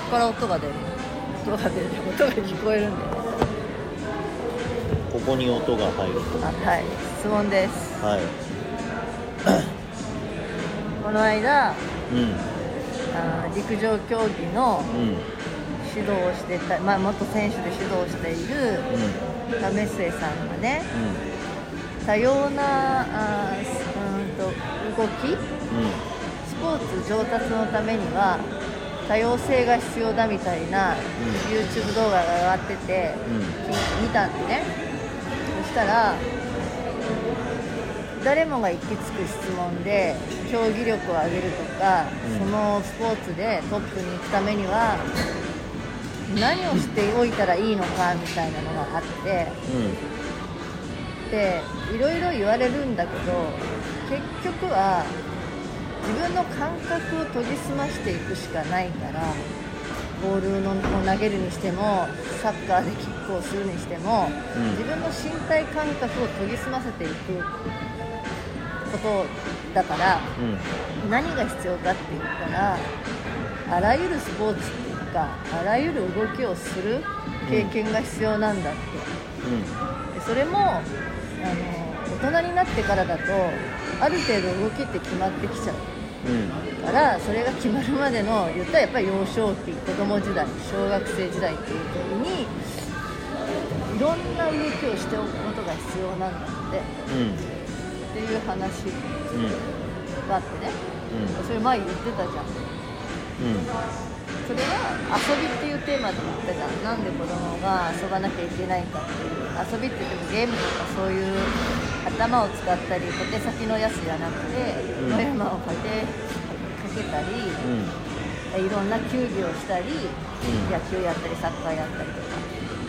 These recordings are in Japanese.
から音が聞こえるんでね。 ここに音が入ると。 はい、質問です。 はい。 この間、 うん陸上競技のうん指導をしてた、元選手で指導している為末さんがね、多様な動き、スポーツ上達のためには多様性が必要だみたいな YouTube 動画が上がってて、見たんでね。そしたら誰もが行き着く質問で競技力を上げるとか、そのスポーツでトップに行くためには何をしておいたらいいのかみたいなのがあって、でいろいろ言われるんだけど、結局は自分の感覚を研ぎ澄ましていくしかないから、ボールを投げるにしてもサッカーでキックをするにしても、自分の身体感覚を研ぎ澄ませていくことだから、何が必要かって言ったら、あらゆるスポーツっていうか、あらゆる動きをする経験が必要なんだって、でそれも大人になってからだとある程度動きって決まってきちゃう、から、それが決まるまでの言ったらやっぱり幼少期、子供時代、小学生時代っていう時にいろんな動きをしておくことが必要なんだって、っていう話があってね、それ前言ってたじゃん。それは遊びっていうテーマで言ったじゃん。なんで子供が遊ばなきゃいけないかっていう。遊びって言ってもゲームとかそういう頭を使ったり小手先のやつじゃなくて、野山をかけたり、いろんな球技をしたり、野球やったりサッカーやったりとか、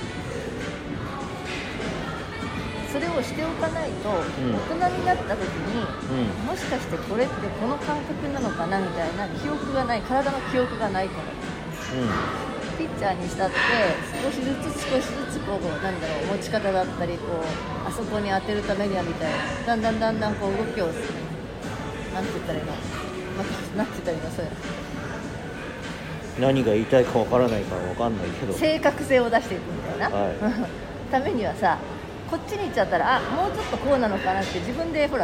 それをしておかないと、大人になった時に、もしかしてこれってこの感覚なのかなみたいな記憶がない、体の記憶がないから、ピッチャーにしたって少しずつこうなんだろう、持ち方だったり、こうあそこに当てるためにはみたいな、だんだんこう動きをなんて言ったらいいの、なんて言ったらいいの、そういう何が言いたいかわからないからわかんないけど、 正確性を出していくみたいな、ためにはさ、こっちに行っちゃったら、もうちょっとこうなのかなって自分でほら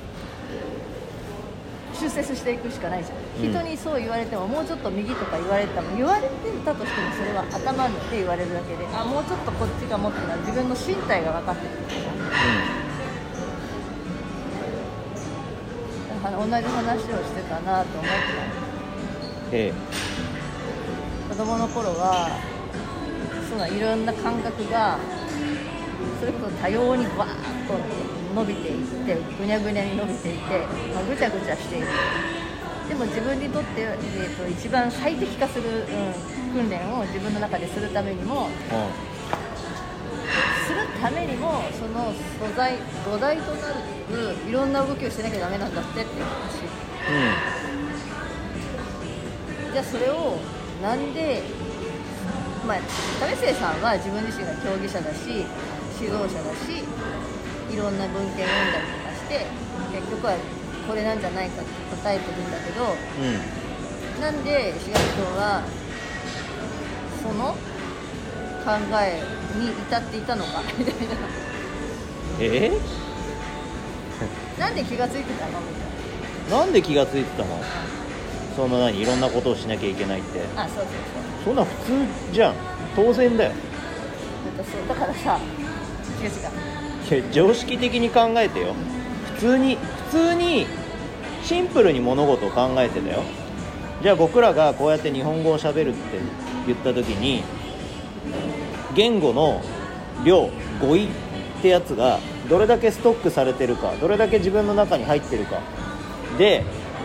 修正していくしかないじゃん、人にそう言われても、もうちょっと右とか言われてたとしても、それは頭で言われるだけで、もうちょっとこっちが持ってるのは自分の身体が分かってくるから、同じ話をしてたなと思った。子供の頃はそうだ、いろんな感覚がそれこそ多様にバーッと伸びていって、ぐにゃぐにゃに伸びていて、ぐちゃぐちゃしている。でも自分にとって、一番最適化する、訓練を自分の中でするためにも、その土台となるいろんな動きをしなきゃダメなんだってっていう話、じゃあそれをなんで、為末さんは自分自身が競技者だし指導者だし、いろんな文献読んだりとかして、結局はこれなんじゃないかって答えてるんだけど、なんで志垣君はその考えに至っていたのかみたいな。なんで気がついてたのみたいな。 なんで気がついてたの？そんな、いろんなことをしなきゃいけないって。 そうそんな普通じゃん、当然だよ。 だからさ、 常識的に考えてよ。普通にシンプルに物事を考えてだよ。じゃあ僕らがこうやって日本語を喋るって言った時に、言語の量、語彙ってやつがどれだけストックされてるか、どれだけ自分の中に入ってるかで、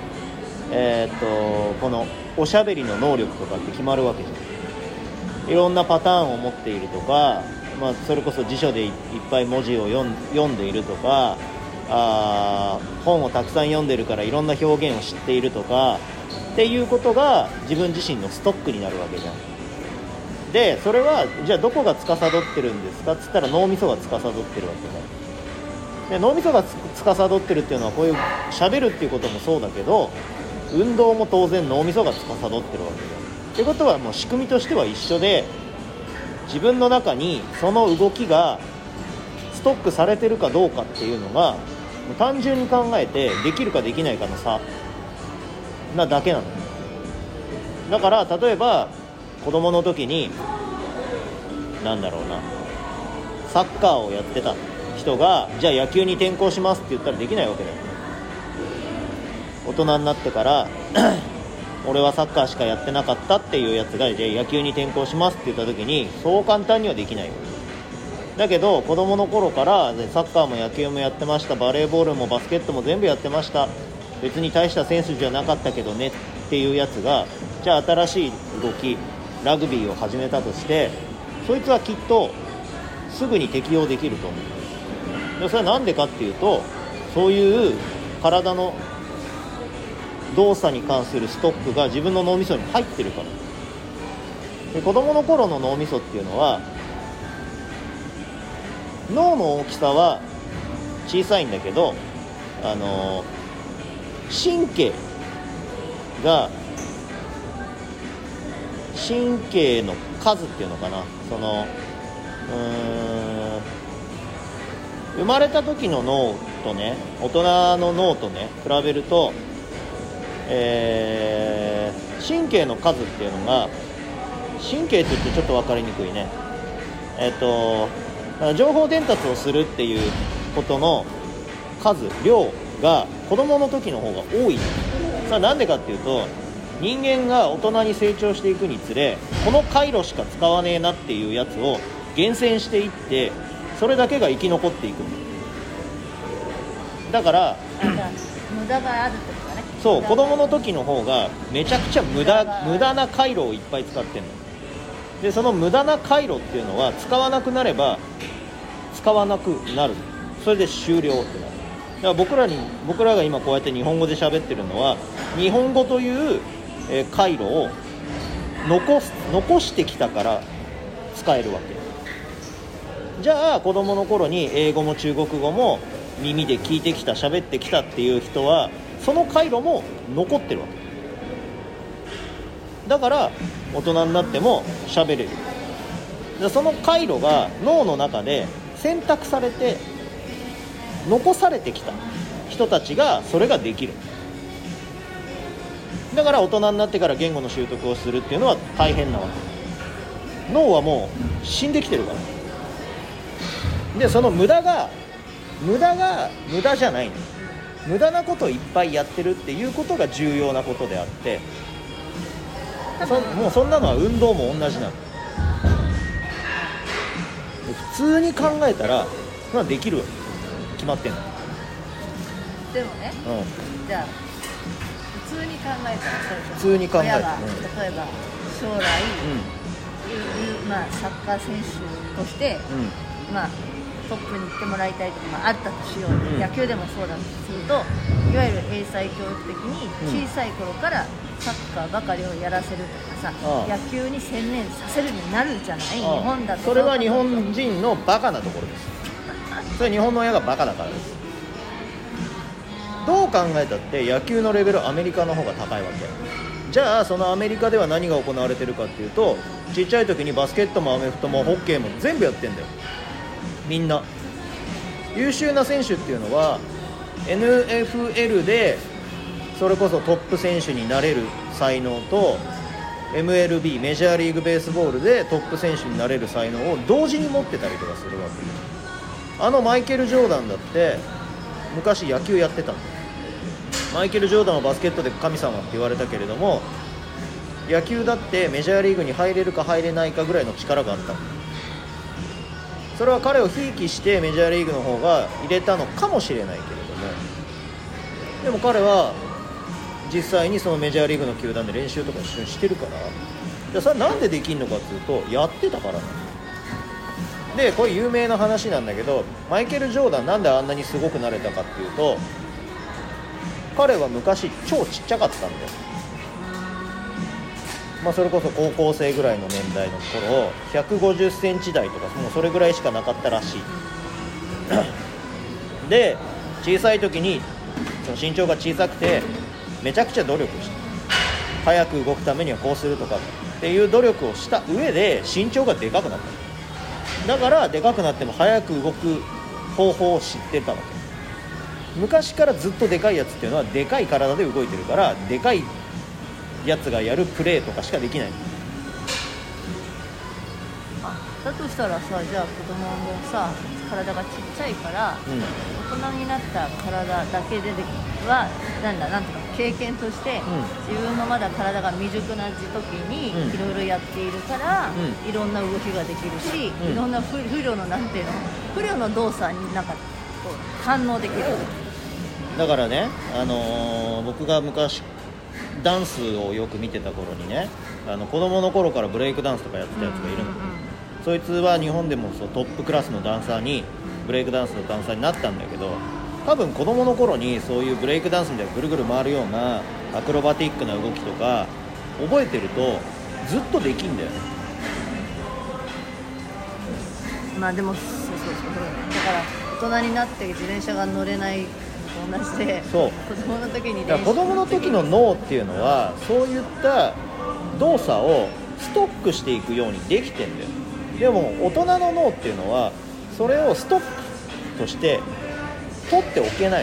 このおしゃべりの能力とかって決まるわけじゃん。いろんなパターンを持っているとか、それこそ辞書でいっぱい文字を読んでいるとか、本をたくさん読んでるからいろんな表現を知っているとかっていうことが自分自身のストックになるわけじゃん。でそれはじゃあどこが司ってるんですかっつったら、脳みそが司ってるわけだ。で脳みそが司ってるっていうのは、こういう喋るっていうこともそうだけど、運動も当然脳みそが司ってるわけだ。 ってことはもう仕組みとしては一緒で、自分の中にその動きがストックされてるかどうかっていうのがもう単純に考えてできるかできないかの差なだけなの。だから例えば子供の時になんだろうな、サッカーをやってた人がじゃあ野球に転向しますって言ったらできないわけだよ。大人になってから俺はサッカーしかやってなかったっていうやつがじゃあ野球に転向しますって言った時にそう簡単にはできないよ。だけど子供の頃からサッカーも野球もやってました、バレーボールもバスケットも全部やってました、別に大した選手じゃなかったけどねっていうやつがじゃあ新しい動きラグビーを始めたとして、そいつはきっとすぐに適応できると思う。でそれはなんでかっていうと、そういう体の動作に関するストックが自分の脳みそに入ってるから。で子供の頃の脳みそっていうのは脳の大きさは小さいんだけど、神経の数っていうのかな、生まれた時の脳とね大人の脳とね比べると、神経の数っていうのが、神経って言ってちょっと分かりにくいね、情報伝達をするっていうことの量が子供の時の方が多い。さあなんでかっていうと、人間が大人に成長していくにつれこの回路しか使わねえなっていうやつを厳選していって、それだけが生き残っていく。だから無駄があるってことだね。 そう、子供の時の方がめちゃくちゃ無駄な回路をいっぱい使ってんので、その無駄な回路っていうのは使わなくなれば使わなくなる、それで終了ってなる。だから僕らが今こうやって日本語で喋ってるのは日本語という回路を残してきたから使えるわけ。じゃあ子供の頃に英語も中国語も耳で聞いてきた、喋ってきたっていう人はその回路も残ってるわけだから、大人になっても喋れる。でその回路が脳の中で選択されて残されてきた人たちがそれができる。だから大人になってから言語の習得をするっていうのは大変なわけ。脳はもう死んできてるから。でその無駄じゃないの。無駄なことをいっぱいやってるっていうことが重要なことであって、もうそんなのは運動も同じなの。普通に考えたらそんなできるわけ決まってんの。 でもね、じゃあ普通に考えたら普通に考えたら、 親が例えば将来、サッカー選手として、トップに行ってもらいたいとか、あったとしよう、野球でもそうだとすると、いわゆる英才教育的に小さい頃からサッカーばかりをやらせるとかさ、野球に専念させるになるじゃない。日本だとそれは日本人のバカなところです。それは日本の親がバカだからです。どう考えたって野球のレベルアメリカの方が高いわけ。じゃあそのアメリカでは何が行われてるかっていうと、ちっちゃい時にバスケットもアメフトもホッケーも全部やってんだよ。みんな優秀な選手っていうのは NFL でそれこそトップ選手になれる才能と MLB メジャーリーグベースボールでトップ選手になれる才能を同時に持ってたりとかするわけ。マイケル・ジョーダンだって昔野球やってたんだよ。マイケル・ジョーダンはバスケットで神様って言われたけれども、野球だってメジャーリーグに入れるか入れないかぐらいの力があったんだよ。それは彼をひいきしてメジャーリーグの方が入れたのかもしれないけれども、でも彼は実際にそのメジャーリーグの球団で練習とか一緒にしてるから、じゃあそれはなんでできんのかっていうと、やってたからなんで、これ有名な話なんだけど、マイケル・ジョーダンなんであんなにすごくなれたかっていうと、彼は昔超ちっちゃかったんだよ。それこそ高校生ぐらいの年代の頃150センチ台とかもうそれぐらいしかなかったらしいで小さい時にその身長が小さくてめちゃくちゃ努力した。 早く動くためにはこうするとかっていう努力をした上で身長がでかくなった。だからでかくなっても早く動く方法を知ってたわけ。昔からずっとでかいやつっていうのはでかい体で動いてるから、でかいやつがやるプレーとかしかできない。 だとしたらさ、じゃあ子供もさ体がちっちゃいから、大人になった体だけではなんていうの、経験として、自分のまだ体が未熟な時にいろいろやっているから、いろんな動きができるし、いろんな不慮のなんていうの、不慮の動作になんかこう反応できる。 だからね、僕が昔ダンスをよく見てた頃にね、子供の頃からブレイクダンスとかやってたやつがいるの。そいつは日本でもトップクラスのダンサーに、ブレイクダンスのダンサーになったんだけど、多分子供の頃にそういうブレイクダンスみたいなぐるぐる回るようなアクロバティックな動きとか覚えてるとずっとできんだよね。 まあでもそうだから大人になって自転車が乗れないのと同じで、 そう子供の時にだから子供の時の脳っていうのはそういった動作をストックしていくようにできてんだよ。でも大人の脳っていうのはそれをストックとして取っておけない。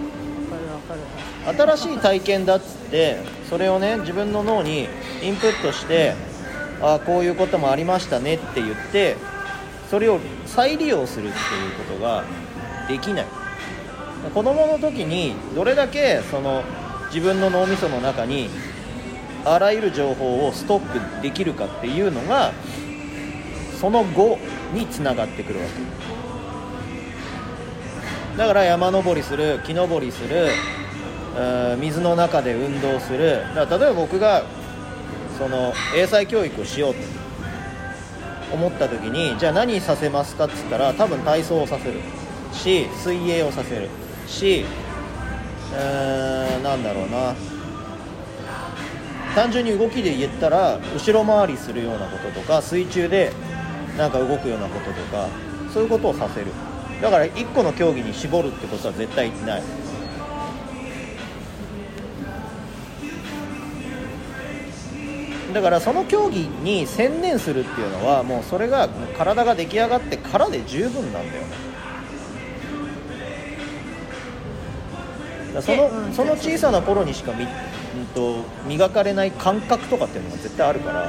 新しい体験だっつってそれをね自分の脳にインプットして、こういうこともありましたねって言ってそれを再利用するっていうことができない。子供の時にどれだけその自分の脳みその中にあらゆる情報をストックできるかっていうのがその後につながってくるわけだから、山登りする、木登りする、水の中で運動する。だから例えば僕がその英才教育をしようと思った時に、じゃあ何させますかって言ったら、多分体操をさせるし、水泳をさせるし、なんだろうな、単純に動きで言ったら後ろ回りするようなこととか、水中でなんか動くようなこととか、そういうことをさせる。だから1個の競技に絞るってことは絶対ない。だからその競技に専念するっていうのはもうそれが体が出来上がってからで十分なんだよね。だからその小さな頃にしか磨かれない感覚とかっていうのが絶対あるから。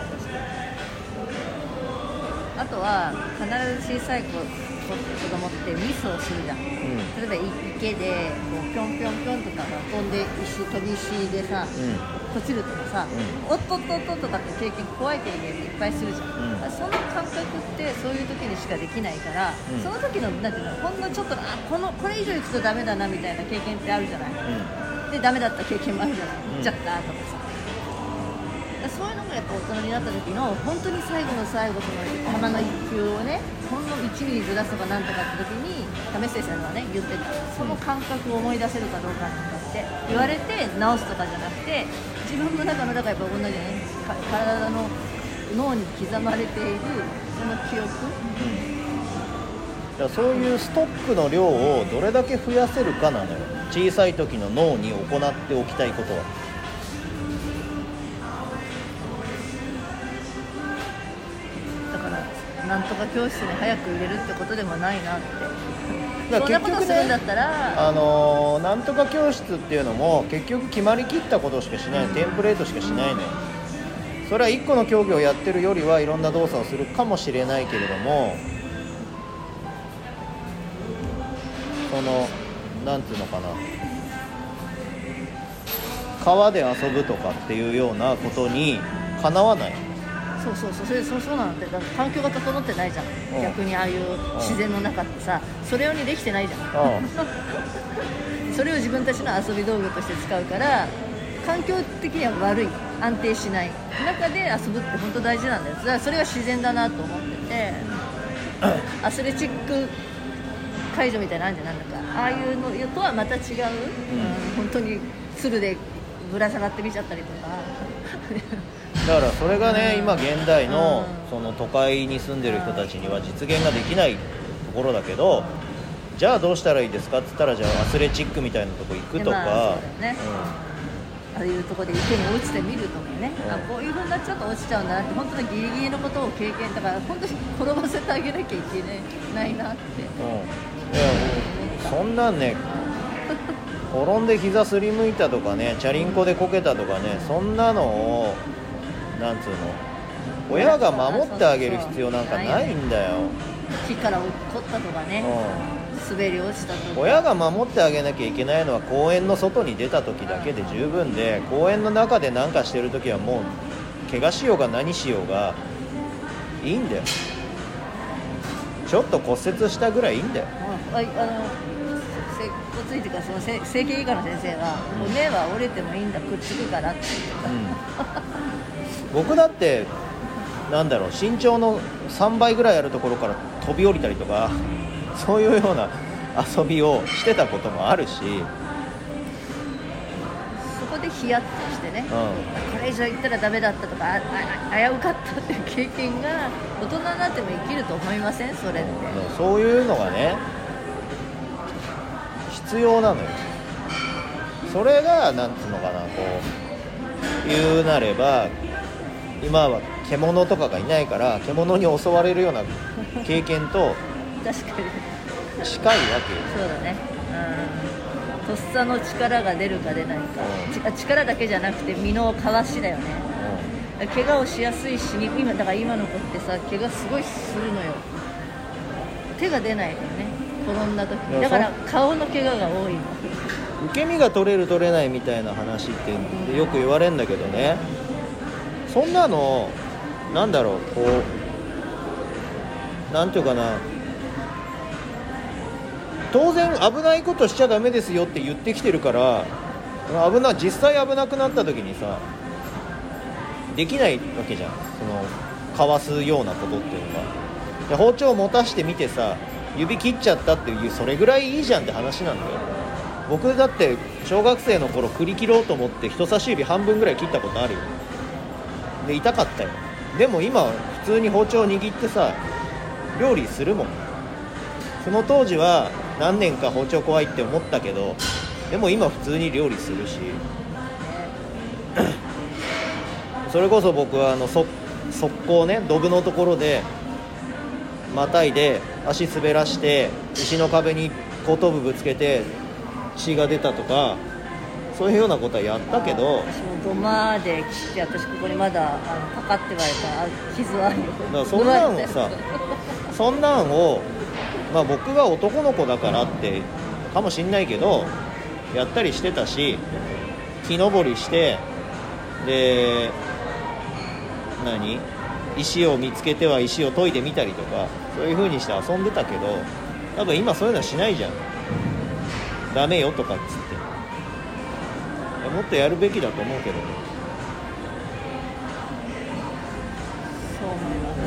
あとは必ず小さい子供ってミスをするじゃん、例えば池でこうピョンピョンピョンとか飛んで飛び石でさ、落ちるとかさ、おっとっとっととかって経験、怖い経験いっぱいするじゃん、その感覚ってそういう時にしかできないから、その時のなんていうの、ほんのちょっとこれ以上いくとダメだなみたいな経験ってあるじゃない、でダメだった経験もあるじゃない、行っちゃったとかさ、そういうのがやっぱ大人になった時の本当に最後の最後、その球の一球をねほんの1ミリずらすとかなんとかって時に為末さんがね言ってた、その感覚を思い出せるかどうかなんだって言われて直すとかじゃなくて、自分の中のだからやっぱ同じね、体の脳に刻まれているその記憶、 だからそういうストックの量をどれだけ増やせるかなのよ。小さい時の脳に行っておきたいことは。 なんとか教室に早く入れるってことでもないなって。 だから結局ね、 そんなことするんだったらなんとか教室っていうのも結局決まりきったことしかしない、テンプレートしかしないのよ。それは1個の競技をやってるよりはいろんな動作をするかもしれないけれども、そのなんていうのかな、川で遊ぶとかっていうようなことにかなわない。 そうなんだって。だから環境が整ってないじゃん、逆にああいう自然の中ってさ、それ用にできてないじゃんそれを自分たちの遊び道具として使うから、環境的には悪い、安定しない中で遊ぶって本当大事なんだよ。だからそれが自然だなと思っててアスレチック会場みたいなのあるんじゃないのか、ああいうのとはまた違う、本当に鶴でぶら下がってみちゃったりとかだからそれがね、今現代のその都会に住んでる人たちには実現ができないところだけど、じゃあどうしたらいいですかって言ったら、じゃあアスレチックみたいなとこ行くとか、 アああいうところで池に落ちてみるとかね、 うんあこういう風になっちゃうと落ちちゃうんだなって、本当にギリギリのことを経験だから、本当に転ばせてあげなきゃいけないなっていやもうそんなんね転んで膝すりむいたとかね、チャリンコでこけたとかね、そんなのをなんつうの、親が守ってあげる必要なんかないんだよ。 木から落っこったとかね、滑り落ちたとか。 親が守ってあげなきゃいけないのは公園の外に出た時だけで十分で、公園の中で何かしてる時はもう怪我しようが何しようがいいんだよ。ちょっと骨折したぐらいいいんだよ。 接骨院というかその整形外科の先生は、骨は折れてもいいんだ、くっつくからって言ってた、 僕だってなんだろう、身長の3倍ぐらいあるところから飛び降りたりとかそういうような遊びをしてたこともあるし、 そこでヒヤッとしてね、これ以上言ったらダメだったとか、危うかったっていう経験が大人になっても生きると思いません？それってそういうのがね必要なのよ。それがなんつうのかな、こう言うなれば今は獣とかがいないから獣に襲われるような経験と確かに近いわけよ。 そうだね、とっさの力が出るか出ないか、力だけじゃなくて身のかわしだよね、怪我をしやすいし、今だから今の子ってさ、怪我すごいするのよ。手が出ないのよね、転んだ時に。だから顔の怪我が多いの。 受け身が取れる取れないみたいな話ってよく言われるんだけどね、そんなのなんだろう、こうなんていうかな、当然危ないことしちゃダメですよって言ってきてるから、実際危なくなった時にさできないわけじゃん、そのかわすようなことっていうのが。で包丁を持たしてみてさ、指切っちゃったっていう、それぐらいいいじゃんって話なんだよ。僕だって小学生の頃栗切ろうと思って人差し指半分ぐらい切ったことあるよ。で痛かったよ。でも今普通に包丁を握ってさ料理するもん。その当時は何年か包丁怖いって思ったけど、でも今普通に料理するしそれこそ僕は側溝ね、ドブのところでまたいで足滑らして石の壁に後頭部ぶつけて血が出たとか、そういうようなことはやったけど、 私も土間で切って、私ここにまだパカって割れた傷はあるよ。 だからそんなんをさそんなんを、まあ、僕が男の子だからってかもしんないけどやったりしてたし、木登りしてで石を見つけては石を研いでみたりとか、そういう風にして遊んでたけど、多分今そういうのはしないじゃん。ダメよとかっつって、もっとやるべきだと思うけど。 そう思います。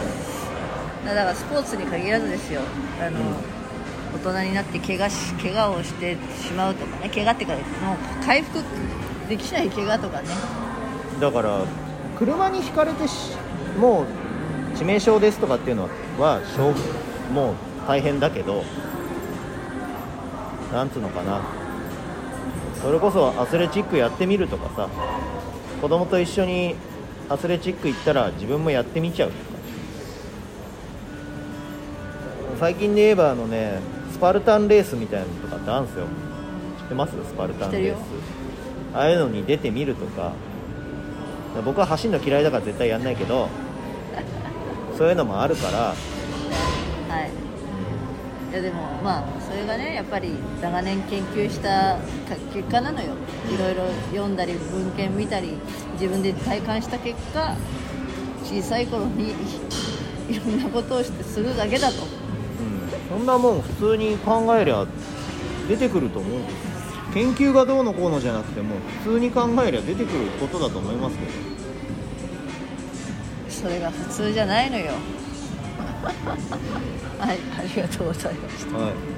だからスポーツに限らずですよ、大人になって怪我をしてしまうとかね、怪我っていうかもう回復できない怪我とかね。 だから車にひかれてもう致命傷ですとかっていうのはもう大変だけど、なんつうのかな、それこそアスレチックやってみるとかさ、子供と一緒にアスレチック行ったら自分もやってみちゃうとか。最近で言えばスパルタンレースみたいなのとかってあるんですよ。知ってます？スパルタンレース。ああいうのに出てみるとか。僕は走るの嫌いだから絶対やんないけどそういうのもあるから。はい、 いやでもまあそれがね、やっぱり長年研究した結果なのよ。いろいろ読んだり文献見たり自分で体感した結果、小さい頃にいろんなことをするだけだと、 そんなもん普通に考えりゃ出てくると思う。研究がどうのこうのじゃなくても普通に考えりゃ出てくることだと思いますけど。 それが普通じゃないのよはい、ありがとうございました。 はい。